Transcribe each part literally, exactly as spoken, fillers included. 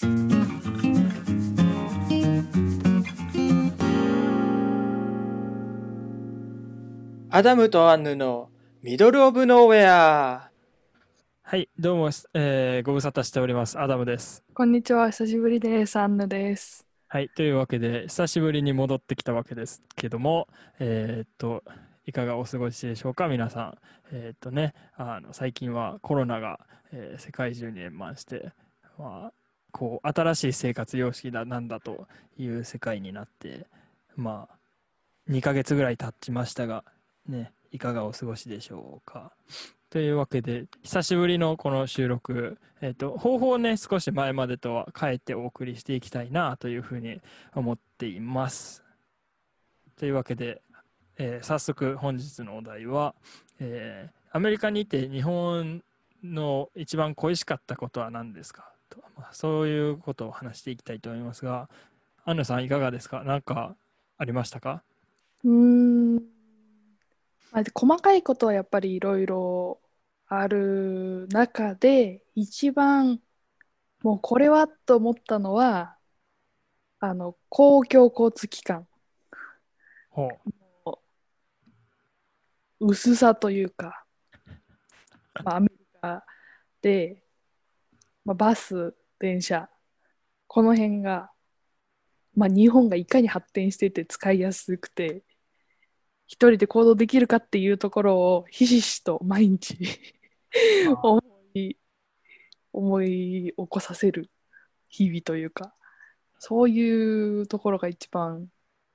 アダムとアンヌのミドルオブノーウェア。 はい、どうも、えーご無沙汰しております。アダムです。 こんにちは、久しぶりです。アンヌです。 はい、というわけで、久しぶりに戻ってきたわけですけども、えーっと、いかがお過ごしでしょうか、皆さん。えーっとね、あの最近はコロナが、えー世界中に円満して、まあ、こう、新しい生活様式だなんだという世界になって、まあ、にかげつぐらい経ちましたが、ね、いかがお過ごしでしょうか。というわけで、久しぶりのこの収録、えっと、方法をね、少し前までとは変えてお送りしていきたいなというふうに思っています。というわけで、えー早速本日のお題は、えーアメリカにいて日本の一番恋しかったことは何ですかと、まあ、そういうことを話していきたいと思いますが、アンヌさんいかがですか？何かありましたか？ うーん、まあ、細かいことはやっぱりいろいろある中で、一番もうこれはと思ったのは、あの、公共交通機関ほう。 の薄さというか、まあ、アメリカで、まあ、バス、電車、この辺が、まあ、日本がいかに発展してて使いやすくて、一人で行動できるかっていうところをひしひしと毎日思い、思い起こさせる日々というか、そういうところが一番。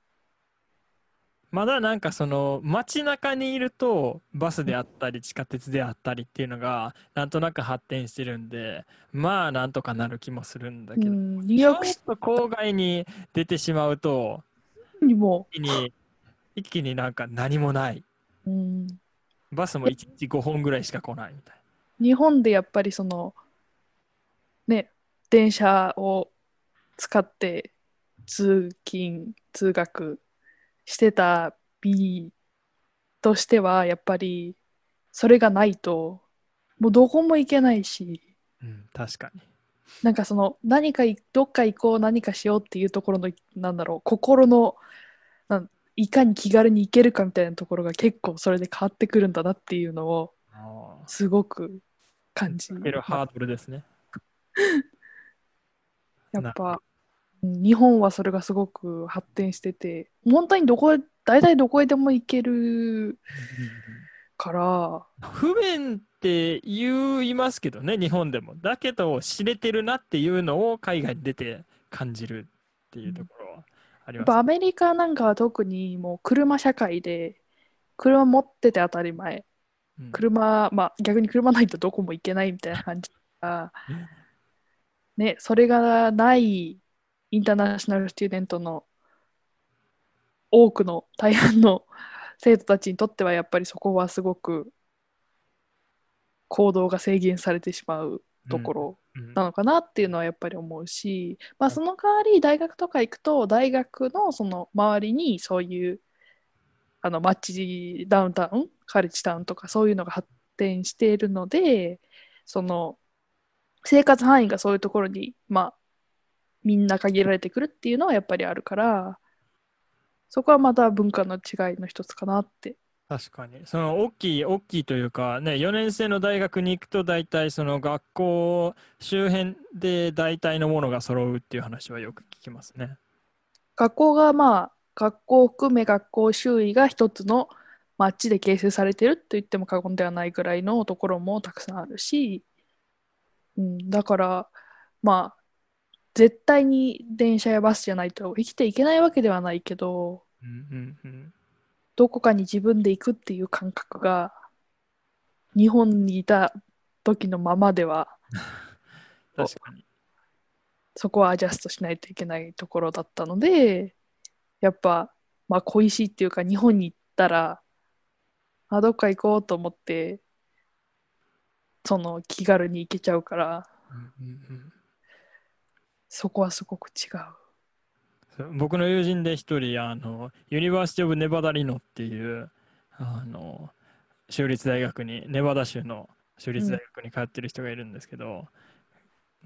まだなんかその街中にいるとバスであったり地下鉄であったりっていうのがなんとなく発展してるんで、まあなんとかなる気もするんだけど、 うん、ニューちょっヨーク市と郊外に出てしまうとにも、 一気に一気になんか何もない。 うん、 バスもいちにちごほんぐらいしか来ないみたい日本でやっぱりそのね、電車を使って通勤、通学してた身としては、やっぱりそれがないと、もうどこも行けないし、 な。うん、確かに。 なんかその何かいどっか行こう何かしようっていうところのなんだろう心のなんいかに気軽に行けるかみたいなところが結構それで変わってくるんだなっていうのをああ、 すごく感じかけるます。 ハードルですね。なるほど。 やっぱうん日本はそれがすごく発展してて本当にどこへ大体どこへでも行けるうんうんうん。 から、 不便って言いますけどね、日本でも。だけど、知れてるなっていうのを海外に出て感じるっていうとうんころはあります。 やっぱアメリカなんかは特にもう車社会で車持ってて当たり前うん。 車、まあ逆に車ないとどこも行けないみたいな感じが、ね、それがないインターナショナルスチューデントの多くの大半の生徒たちにとってはやっぱりそこはすごく行動が制限されてしまううん。 ところうん。 なのかなっていうのはやっぱり思うし、まあ、 あ、 その代わり大学とか行くと大学のその周りにそういうあの街ダウンタウンカレッジタウンとかそういうのが発展しているのでその生活範囲がそういうところに、まあ、みんな限られてくるっていうのはやっぱりあるからそこはまた文化の違いの一つかなって。 確かに。その大きい、大きいというか、ね、よねん生の大学に行くと大体その学校周辺で大体のものが揃うっていう話はよく聞きますね。 学校がまあ学校を含め学校周囲が一つの街で形成されてると言っても過言ではないぐらいのところもたくさんあるし、うん、だからまあ絶対に電車やバスじゃないと生きていけないわけではないけどうんうんうん。 どこかに自分で行くっていう感覚が日本にいた時のままでは確かに。 そこはアジャストしないといけないところだったのでやっぱまあ恋しいっていうか日本に行ったらあどっか行こうと思ってその気軽に行けちゃうからうんうんうん。 そこはすごく違う。 そう僕の友人で一人、あの、ユニバーシティ・オブ・ネバダ・リノっていう、あの、州立大学に、ネバダ州の州立大うん学に通ってる人がいるんですけど、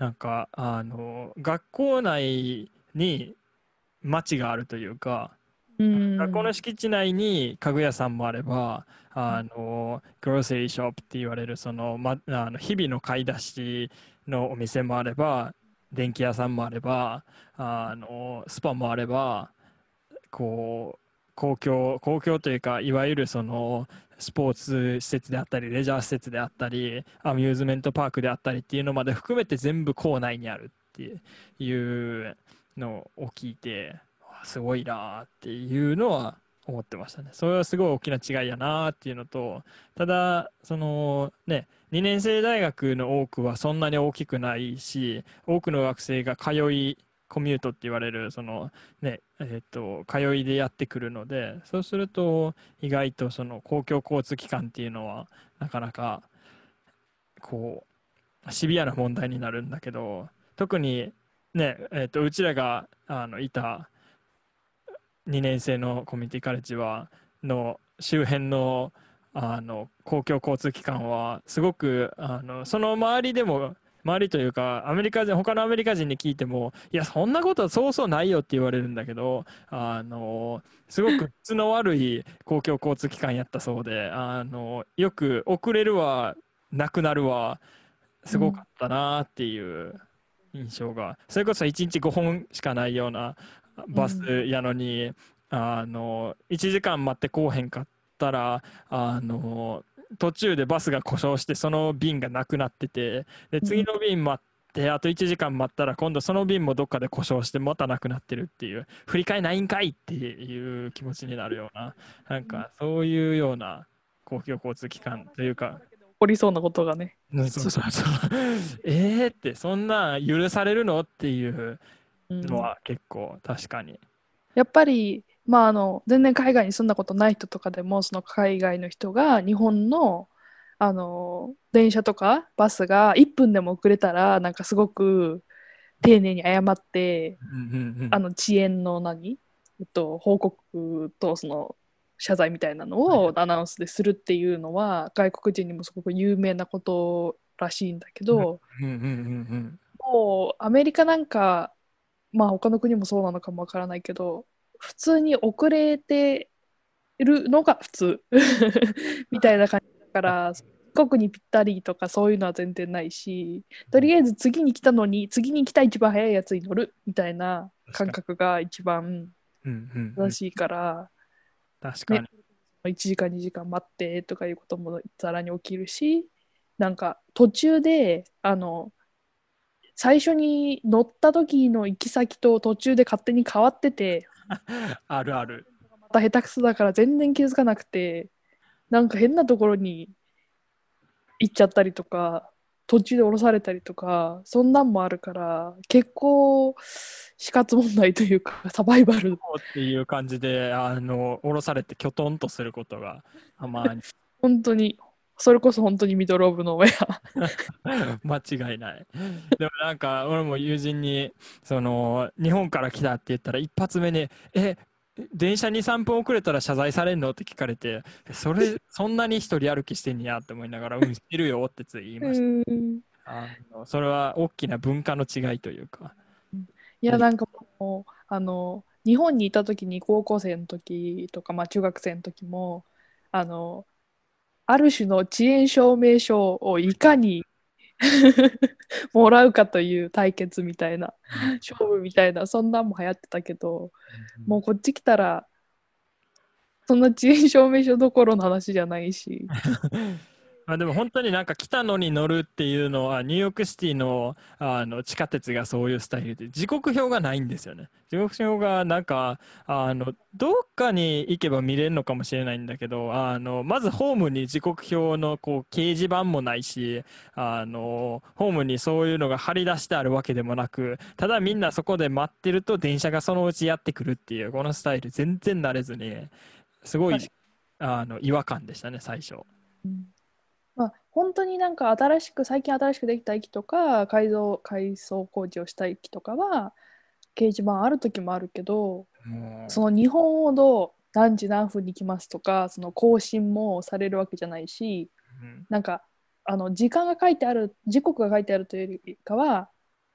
なんかあの学校内に街があるというか、 う学校のん。 敷地内に家具屋さんもあれば、あのグローセリーショップって言われるその、ま、あの日々の買い出しのお店もあれば、電気屋さんもあれば、あのスパもあれば、こう公共公共というか、いわゆるそのスポーツ施設であったりレジャー施設であったりアミューズメントパークであったりっていうのまで含めて全部校内にあるっていうのを聞いて、すごいなっていうのは思ってましたね。それはすごい大きな違いやなっていうのと、ただそのねにねん生大学の多くはそんなに大きくないし、多くの学生が通いコミュートって言われるそのねえっと通いでやってくるので、そうすると意外とその公共交通機関っていうのはなかなかこうシビアな問題になるんだけど、特にねえっとうちらがあのいたにねん生のコミュニティカレッジはの周辺のあの公共交通機関はすごくあのその周りでも周りというかアメリカ人他のアメリカ人に聞いても、いやそんなことはそうそうないよって言われるんだけど、あのすごく質の悪い公共交通機関やったそうで、あのよく遅れるわなくなるわすごかったなっていう印象が、それこそいちにちごほんしかないようなバスやのに、あのいちじかん待ってこうへんかったら、あの途中でバスが故障してその便がなくなってて、で次の便待ってあといちじかん待ったら今度その便もどっかで故障してまたなくなってるっていう、振り替えないんかいっていう気持ちになるような、なんかそういうような公共交通機関というか、 起こりそうなことがね。 うん、そうそうそう。えーって、そんな許されるのっていうのは結構確かに。 やっぱり、まあ、あの全然海外に住んだことない人とかでもその海外の人が日本の、あの電車とかバスがいっぷんでも遅れたらなんかすごく丁寧に謝ってうんうんあの遅延の何、えっと、報告とその謝罪みたいなのうん。はいをアナウンスでするっていうのは外国人にもすごく有名なことらしいんだけうんど、 うんうんうんもうアメリカなんかまあ他の国もそうなのかもわからないけど、普通に遅れてるのが普通みたいな感じだから、時刻にぴったりとかそういうのは全然ないし、とりあえず次に来たのに、次に来た一番早いやつに乗るみたいな感覚が一番うんうんうん。 正しいから、ね、 確かに。 いちじかん、にじかん待ってとかいうこともざらに起きるし、なんか途中で、あの、最初に乗った時の行き先と途中で勝手に変わってて、 あるある。 また下手くそだから全然気づかなくて、なんか変なところに行っちゃったりとか、途中で降ろされたりとか、そんなんもあるから、結構死活問題というか、サバイバル。 っていう感じで、あの、降ろされてきょとんとすることがたまに。 本当に、それこそ本当にミドルオブノーウェア。 間違いない。でもなんか、俺も友人に、その、日本から来たって言ったら、一発目に、え、電車に、さんぷん遅れたら謝罪されんのって聞かれて、えそれ、そんなに一人歩きしてんやって思いながら、うん、してるよってつい言いうました。 ん。 あの、それは大きな文化の違いというか。 いや、なんかもう、あの、日本にいた時に高校生の時とか、まあ中学生の時も、あの、ある種の遅延証明書をいかにもらうかという対決みたいな、勝負みたいな、そんなんも流行ってたけど、もうこっち来たら、そんな遅延証明書どころの話じゃないし。 まあでも本当になんか来たのに乗るっていうのはニューヨークシティの、あの地下鉄がそういうスタイルで時刻表がないんですよね。時刻表がなんかあのどっかに行けば見れるのかもしれないんだけど、あのまずホームに時刻表のこう掲示板もないし、あのホームにそういうのが張り出してあるわけでもなく、ただみんなそこで待ってると電車がそのうちやってくるっていうこのスタイル全然慣れずに、すごいあの違和感でしたね最初。 うんまあ、本当になんか新しく、最近新しくできた駅とか、改造、改装工事をした駅とかは、掲示板ある時もあるけど、 もその日本ほど何時何分に来ますとか、その更新もされるわけじゃないし、 う、うんなんか、あの時間が書いてある、時刻が書いてあるというよりかは、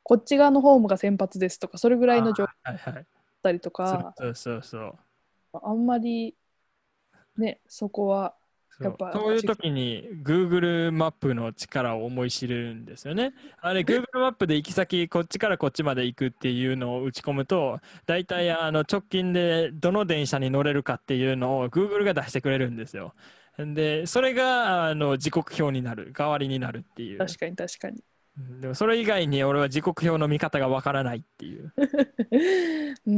こっち側のホームが先発ですとか、それぐらいの状況だはいはい。 ったりとそうか、 そうそうそう。 あんまりね、そこはそう、 やっぱそういう違う。 時に Google マップの力を思い知るんですよね。あれ Google マップで行き先こっちからこっちまで行くっていうのを打ち込むと、大体あの直近でどの電車に乗れるかっていうのを Google が出してくれるんですよ。で、それがあの時刻表になる、代わりになるっていう。 確かに確かに。 うん、でもそれ以外に俺は時刻表の見方がわからないっていう。 うん。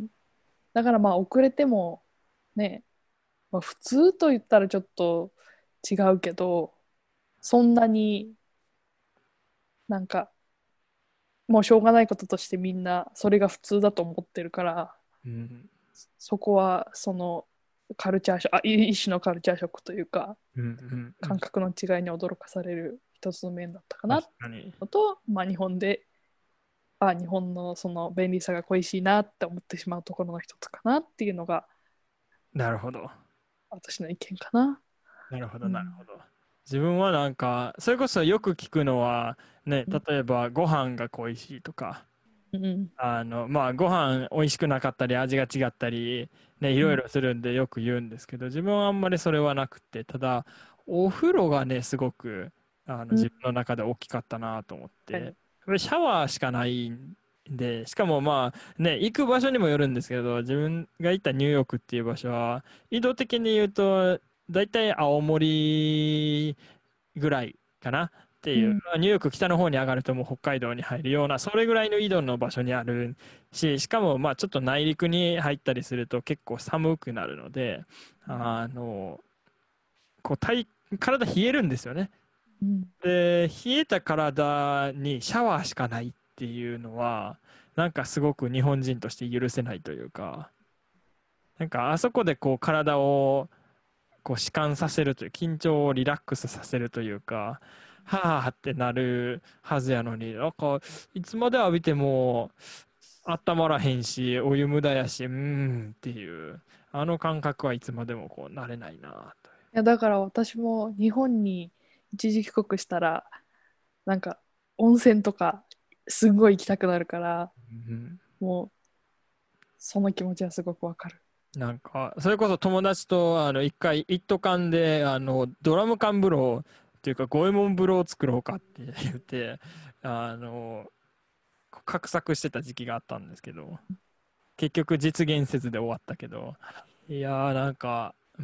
だからまあ遅れてもね、まあ、普通と言ったらちょっと違うけど、そんなになんかもうしょうがないこととしてみんなそれが普通だと思ってるから、 うん、 そこはそのカルチャーショック、あ、一種のカルチャーショックというか、 うん、うん、うん。 感覚の違いに驚かされる一つの面だったかな確かに。 のと、まあ、日本で、あ、日本のその便利さが恋しいなって思ってしまうところの一つかなっていうのがなるほど。 私の意見かな。 なるほど、なるうん。 ほど。自分はなんか、それこそよく聞くのは、ね、 うん。 例えばご飯が恋しいとか、 うん。 あの、まあ、ご飯美味しくなかったり、味が違ったり、ね、いうん。 ろいろするんでよく言うんですけど、自分はあんまりそれはなくて、ただ、お風呂がね、すごく、あの、 うん。 自分の中で大きかったなと思って、やっ確かに。 ぱりシャワーしかないんで、しかもまあ、ね、行く場所にもよるんですけど、自分が行ったニューヨークっていう場所は、緯度的に言うと、だいたい青森ぐらいかなっていう、 うん。 まあニューヨーク北の方に上がるともう北海道に入るような、それぐらいの緯度の場所にあるし、しかもまあちょっと内陸に入ったりすると結構寒くなるので、あの、こう体、体冷えるんですよね。 うん。 で、冷えた体にシャワーしかないっていうのは、なんかすごく日本人として許せないというか、なんかあそこでこう体をこう弛緩させるという、緊張をリラックスさせるというか、はあってなるはずやのに、なんか、いつまで浴びても温まらへんし、お湯無駄やし、うーんっていう、あの感覚はいつまでもこう、慣れないなと。 いやだから私も日本に一時帰国したらなんか温泉とかすごい行きたくなるからうん、 もうその気持ちはすごくわかる。 なんか、それこそ友達と、あの、一回、一斗缶で、あの、ドラム缶風呂っていうか、五右衛門風呂を作ろうかって言って、あの、画策してた時期があったんですけど、結局実現せずで終わったけど、いやーなんか、うん、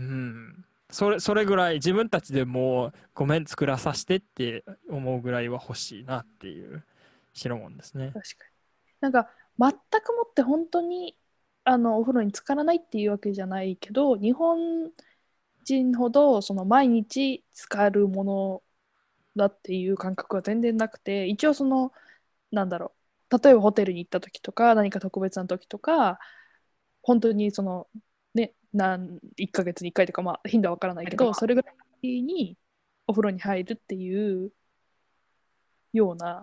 それ、それぐらい自分たちでもうごめん作らさせてって思うぐらいは欲しいなっていう代物ですね。 確かに。なんか全くもって本当にあのお風呂に浸からないっていうわけじゃないけど、日本人ほどその毎日浸かるものだっていう感覚は全然なくて、一応そのなんだろう、例えばホテルに行った時とか何か特別な時とか本当にそのね、何いっかげつにいっかいとか、まあ頻度はわからないけど、それぐらいにお風呂に入るっていうような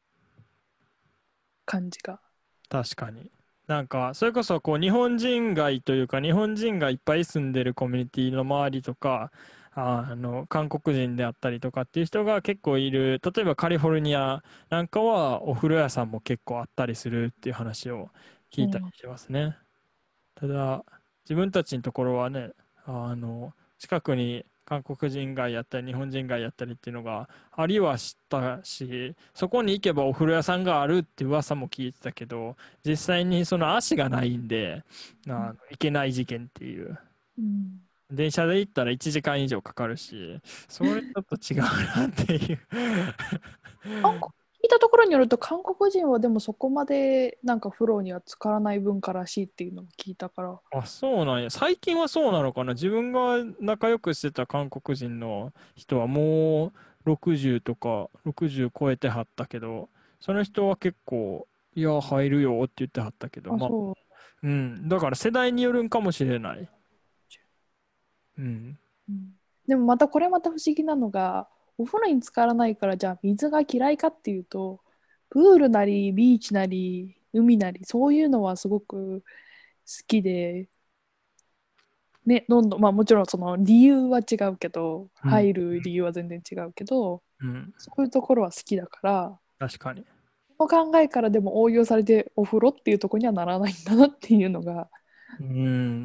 感じが。 確かに。なんか、それこそこう日本人街というか、日本人がいっぱい住んでるコミュニティの周りとか、あの、韓国人であったりとかっていう人が結構いる、例えばカリフォルニアなんかはお風呂屋さんも結構あったりするっていう話を聞いたりうん。 しますね。ただ、自分たちのところはね、あの、近くに韓国人街やったり、日本人街やったりっていうのがありはしたし、そこに行けばお風呂屋さんがあるって噂も聞いてたけど、実際にその足がないんで、あの行けない事件っていう。 うん。 電車で行ったらいちじかん以上かかるし、それちょっと違うなっていう。 韓国聞いたところによると韓国人はでもそこまでなんか風呂には浸からない文化らしいっていうのも聞いたから。 あ、そうなんや。最近はそうなのかな。自分が仲良くしてた韓国人の人はもうろくじゅうとかろくじゅう超えてはったけど、その人は結構、いや、入るよって言ってはったけど、 あ、 まあ、 そう。 うん。だから世代によるんかもしれない。うん。 うん。でもまたこれまた不思議なのが、お風呂に浸からないからじゃあ水が嫌いかっていうと、プールなりビーチなり海なりそういうのはすごく好きで、ね、どんどん、まあもちろんその理由は違うけど、 うん。 入る理由は全然違うけど、 うん。 そういうところは好きだから、 確かに。 の考えからでも応用されてお風呂っていうところにはならないんだなっていうのが、 うん、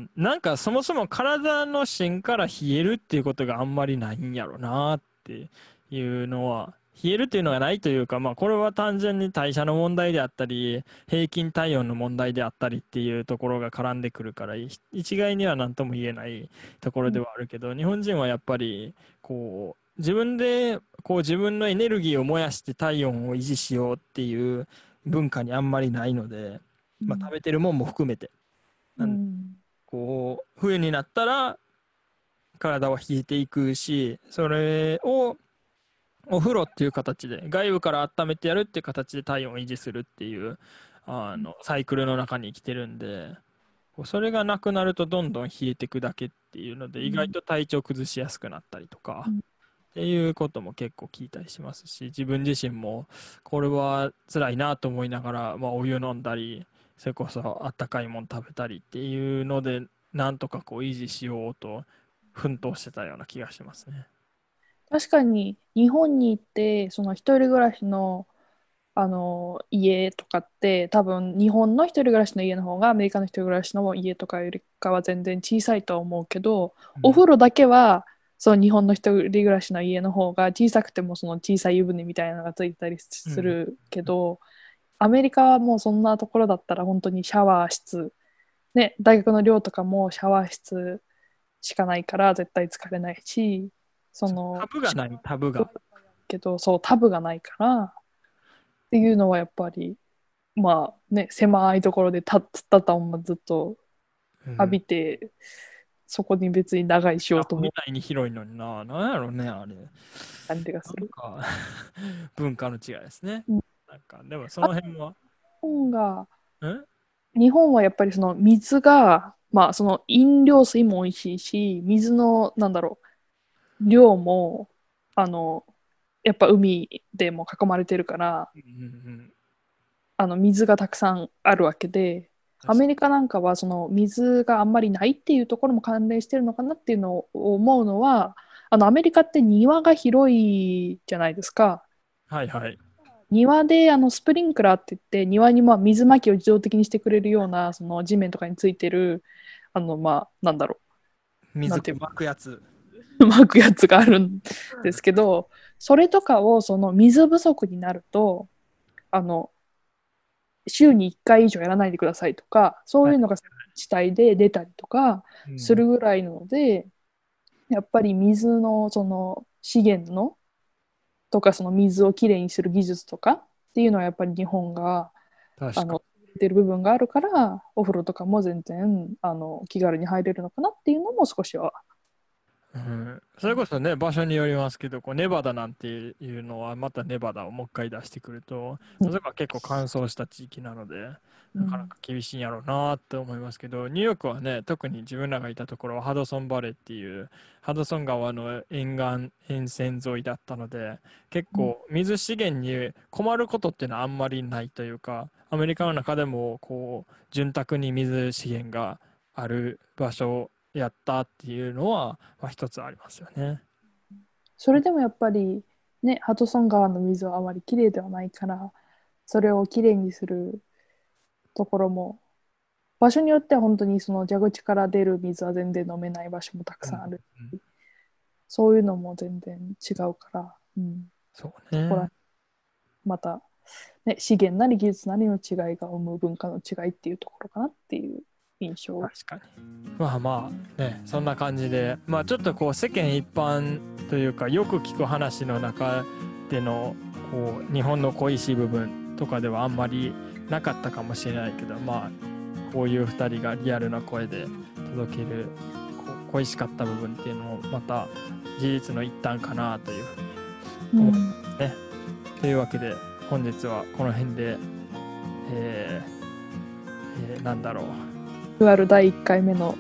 なんかそもそも体の芯から冷えるっていうことがあんまりないんやろなっていうのは、冷えるっていうのがないというか、まあこれは単純に代謝の問題であったり、平均体温の問題であったりっていうところが絡んでくるから、い一概には何とも言えないところではあるけど、日本人はやっぱりこう自分でこう自分のエネルギーを燃やして体温を維持しようっていう文化にあんまりないので、まあ食べてるもんも含めて。なんうんこう冬になったら体は冷えていくし、それをお風呂っていう形で外部から温めてやるっていう形で体温を維持するっていうあのサイクルの中に生きてるんで、こうそれがなくなるとどんどん冷えていくだけっていうので、意外と体調崩しやすくなったりとかうんっていうことも結構聞いたりしますし、自分自身もこれは辛いなと思いながら、まあ、お湯飲んだり、それこそあったかいもの食べたりっていうので、なんとかこう維持しようと奮闘してたような気がしますね。 確かに日本に行ってその一人暮らしの、あの家とかって多分日本の一人暮らしの家の方がアメリカの一人暮らしの家とかよりかは全然小さいとは思うけど、お風呂だけはその日本の一人暮らしの家の方が小さくてもその小さい湯船みたいなのがついたりするけど、アメリカはもうそんなところだったら本当にシャワー室、ね、大学の寮とかもシャワー室しかないから絶対疲れないし、そのタブがない、タブが。 けどそうタブがないからっていうのはやっぱりまあね、狭いところで立ったたままずっと浴びて、うん、そこに別に長いしようと思うみたいに広いのにな、なんやろうね、あれ。 感じがする。 なんか文化の違いですね。 うん、 なんかでもその辺は。 日本がん日本はやっぱりその水が、まあその飲料水も美味しいし、水のなんだろう、量もあのやっぱ海でも囲まれてるから、 うんうん、 あの水がたくさんあるわけで、アメリカなんかはその水があんまりないっていうところも関連してるのかなっていうのを思うのは、あのアメリカって庭が広いじゃないですか。 はいはい。 庭であのスプリンクラーって言って庭にまあ水まきを自動的にしてくれるようなその地面とかについてるあのまあなんだろう水まくやつまくやつがあるんですけど、それとかをその水不足になるとあの週にいっかい以上やらないでくださいとか、そういうのが地帯で出たりとかするぐらいなので、うん、やっぱり水のその資源のとかその水をきれいにする技術とかっていうのはやっぱり日本があの出てる部分があるから、お風呂とかも全然あの気軽に入れるのかなっていうのも少しは。 うん、それこそね、場所によりますけど、こうネバダなんていうのはまたネバダをもう一回出してくると、それが結構乾燥した地域なので、なかなか厳しいんやろうなって思いますけど、ニューヨークはね、特に自分らがいたところはハドソンバレーっていうハドソン川の沿岸沿線沿いだったので、結構水資源に困ることっていうのはあんまりないというか、アメリカの中でもこう潤沢に水資源がある場所やったっていうのは、まあ、一つありますよね。 それでもやっぱりね、ハドソン川の水はあまりきれいではないから、それをきれいにするところも、場所によっては本当にその蛇口から出る水は全然飲めない場所もたくさんある、うんうん、そういうのも全然違うから、うん、 そうね。 そこらまた、ね、資源なり技術なりの違いが生む文化の違いっていうところかなっていう印象。 確かに。まあまあね、そんな感じで、まあちょっとこう世間一般というかよく聞く話の中でのこう日本の恋しい部分とかではあんまりなかったかもしれないけど、まあこういうふたりがリアルな声で届けるこう恋しかった部分っていうのもまた事実の一端かなというふうに思いますね。うん、というわけで本日はこの辺で、えーえー、なんだろう。 いわゆるだいいっかいめの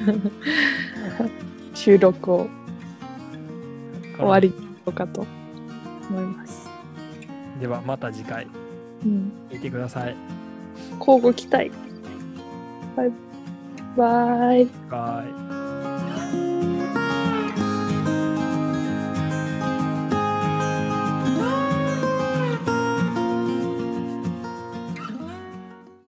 収録を終わりにしようかと思います。 ではまた次回、うん、見てください。 交互期待。バイバイ。 バイ。